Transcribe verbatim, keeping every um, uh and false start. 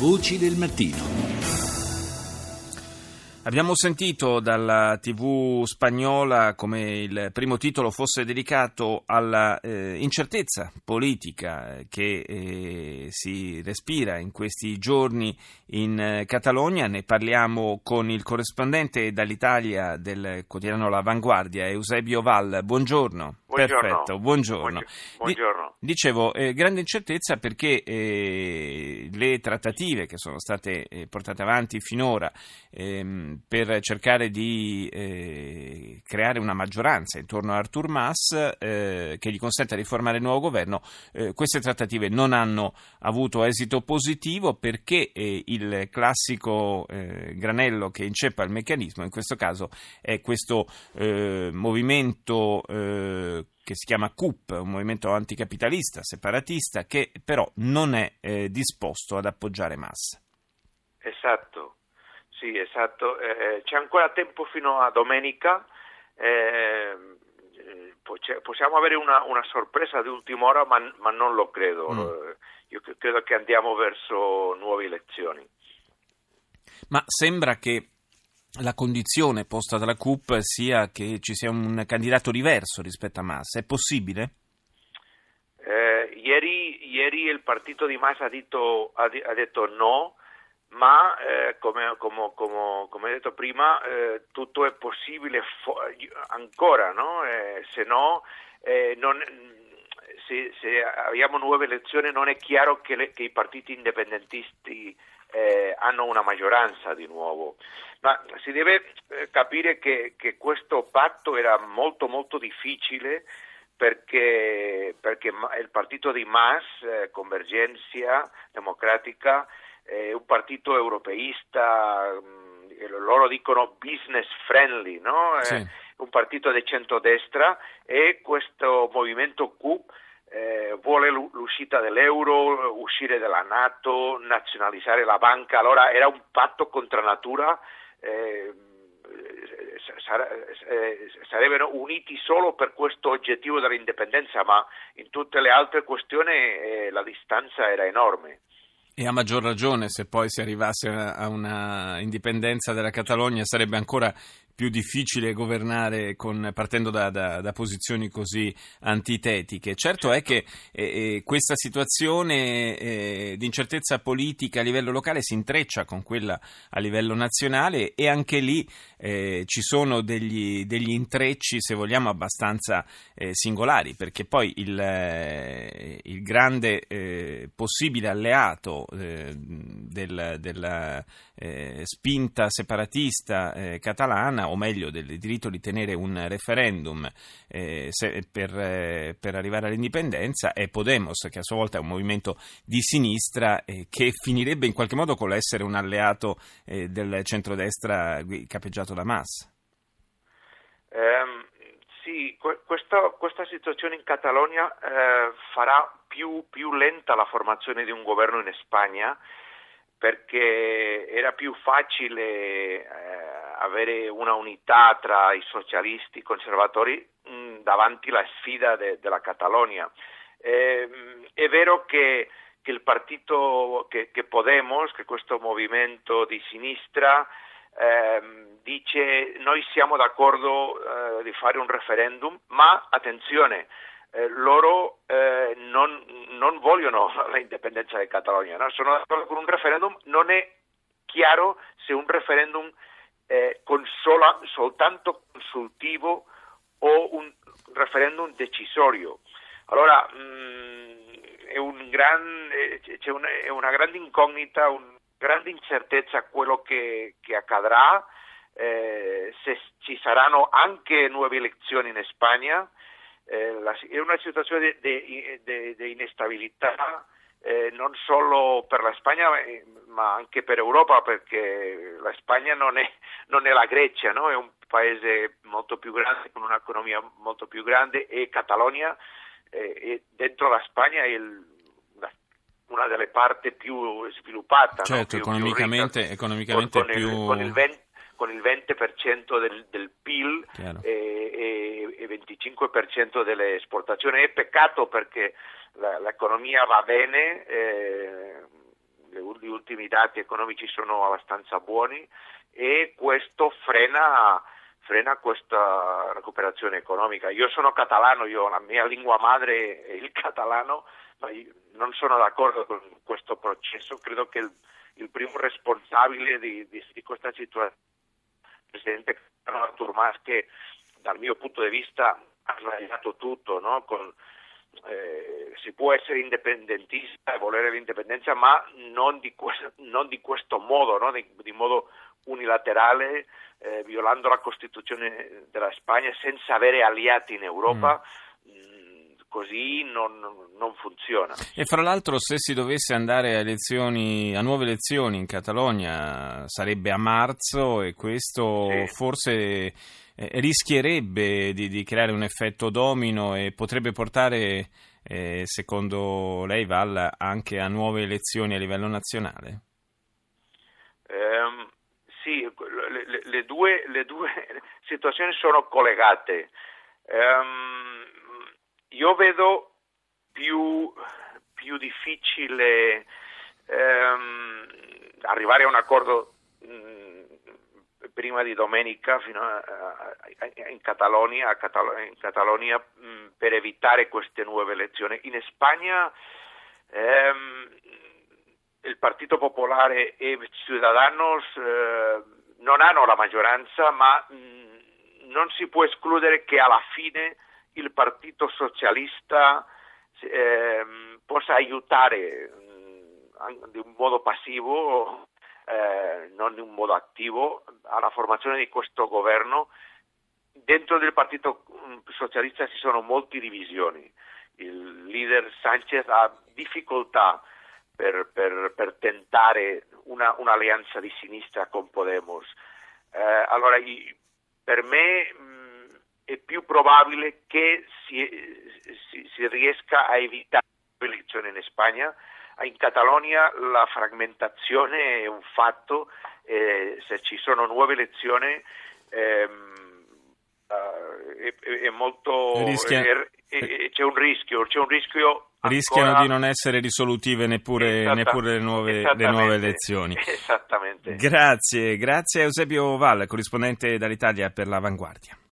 Voci del mattino. Abbiamo sentito dalla tivù spagnola come il primo titolo fosse dedicato alla eh, incertezza politica che eh, si respira in questi giorni in eh, Catalogna. Ne parliamo con il corrispondente dall'Italia del quotidiano La Vanguardia, Eusebio Val. Buongiorno. Buongiorno. Perfetto, buongiorno. Buongiorno. Di, dicevo, eh, grande incertezza perché eh, le trattative che sono state eh, portate avanti finora ehm, per cercare di eh, creare una maggioranza intorno a Artur Mas eh, che gli consenta di formare il nuovo governo, eh, queste trattative non hanno avuto esito positivo perché eh, il classico eh, granello che inceppa il meccanismo in questo caso è questo eh, movimento eh, che si chiama C U P, un movimento anticapitalista, separatista, che però non è eh, disposto ad appoggiare Mas. Esatto, sì, esatto. Eh, c'è ancora tempo fino a domenica, eh, possiamo avere una, una sorpresa di ultima ora, ma, ma non lo credo. Mm. Io credo che andiamo verso nuove elezioni. Ma sembra che la condizione posta dalla C U P sia che ci sia un candidato diverso rispetto a Mas. È possibile? Eh, ieri, ieri il partito di Mas ha detto, ha, ha detto no, ma eh, come, come, come, come ho detto prima, eh, tutto è possibile fo- ancora, no? Eh, se no, eh, non, se, se abbiamo nuove elezioni non è chiaro che, le, che i partiti indipendentisti eh, hanno una maggioranza di nuovo. Ma si deve eh, capire che, che questo patto era molto molto difficile perché, perché il partito di Mas, eh, Convergencia Democratica, è un partito europeista, mh, loro dicono business friendly, no? Sì. È un partito di centrodestra e questo movimento C U P eh, vuole l'uscita dell'euro, uscire dalla NATO, nazionalizzare la banca. Allora era un patto contro natura. Eh, sarebbero uniti solo per questo obiettivo dell'indipendenza, ma in tutte le altre questioni eh, la distanza era enorme. E a maggior ragione, se poi si arrivasse a una indipendenza della Catalogna, sarebbe ancora più difficile governare con, partendo da, da, da posizioni così antitetiche. Certo è che eh, questa situazione eh, di incertezza politica a livello locale si intreccia con quella a livello nazionale e anche lì eh, ci sono degli, degli intrecci, se vogliamo, abbastanza eh, singolari, perché poi il, eh, il grande eh, possibile alleato eh, del, della eh, spinta separatista eh, catalana, o meglio del diritto di tenere un referendum eh, se, per, eh, per arrivare all'indipendenza, è Podemos, che a sua volta è un movimento di sinistra eh, che finirebbe in qualche modo con l'essere un alleato eh, del centrodestra capeggiato da Mas. Um, sì, que- questa, questa situazione in Catalogna eh, farà più, più lenta la formazione di un governo in Spagna, perché era più facile eh, avere una unità tra i socialisti e i conservatori mh, davanti alla sfida de, della Catalogna. Eh, è vero che, che il partito, che, che Podemos, che questo movimento di sinistra, eh, dice noi siamo d'accordo eh, di fare un referendum, ma attenzione, Eh, loro eh, non, non vogliono l'indipendenza di Catalogna, no? Sono d'accordo con un referendum, non è chiaro se un referendum eh, con sola, soltanto consultivo o un referendum decisorio. Allora mh, è, un gran, eh, c'è una, è una grande incognita, una grande incertezza quello che, che accadrà, eh, se ci saranno anche nuove elezioni in Spagna. Eh, la, è una situazione di inestabilità eh, non solo per la Spagna ma anche per Europa, perché la Spagna non è, non è la Grecia, no? È un paese molto più grande, con un'economia molto più grande, e Catalogna eh, è dentro la Spagna è il, una delle parti più sviluppate, certo, no? più, economicamente, più ricca, economicamente con, con più... Il, con il venti con il venti per cento del, del P I L e, e venticinque per cento delle esportazioni. È peccato perché la, l'economia va bene, eh, gli ultimi dati economici sono abbastanza buoni e questo frena frena questa recuperazione economica. Io sono catalano, io la mia lingua madre è il catalano, ma io non sono d'accordo con questo processo. Credo che il, il primo responsabile di, di, di questa situazione il presidente Artur Mas, che dal mio punto di vista ha sbagliato tutto, no? Con, eh, si può essere indipendentista e volere l'indipendenza, ma non di, que- non di questo modo, no? di, di modo unilaterale, eh, violando la Costituzione della Spagna senza avere alleati in Europa. Mm. Così non, non funziona. E fra l'altro, se si dovesse andare a elezioni, a nuove elezioni in Catalogna, sarebbe a marzo, e questo sì. forse eh, rischierebbe di, di creare un effetto domino e potrebbe portare, eh, secondo lei, Val, anche a nuove elezioni a livello nazionale? Um, sì, le, le, le, due, le due situazioni sono collegate. Um, io vedo più, più difficile um, arrivare a un accordo um, prima di domenica fino a, a, a, in Catalogna, a Catalo- in Catalogna um, per evitare queste nuove elezioni. In Spagna um, il Partito Popolare e Ciudadanos eh, non hanno la maggioranza, ma mh, non si può escludere che alla fine il Partito Socialista eh, possa aiutare mh, di un modo passivo, eh, non di un modo attivo, alla formazione di questo governo. Dentro del Partito Socialista ci sono molte divisioni. Il leader Sánchez ha difficoltà Per, per, per tentare una, un'alleanza di sinistra con Podemos. Eh, allora, per me mh, è più probabile che si, si, si riesca a evitare l'elezione in Spagna. In Catalogna la frammentazione è un fatto, eh, se ci sono nuove elezioni ehm, uh, è, è molto Rischia... è, è, c'è un rischio, c'è un rischio rischiano ancora... di non essere risolutive neppure, neppure le, nuove, le nuove elezioni. Esattamente. Grazie, grazie a Eusebio Val, corrispondente dall'Italia per l'Avanguardia.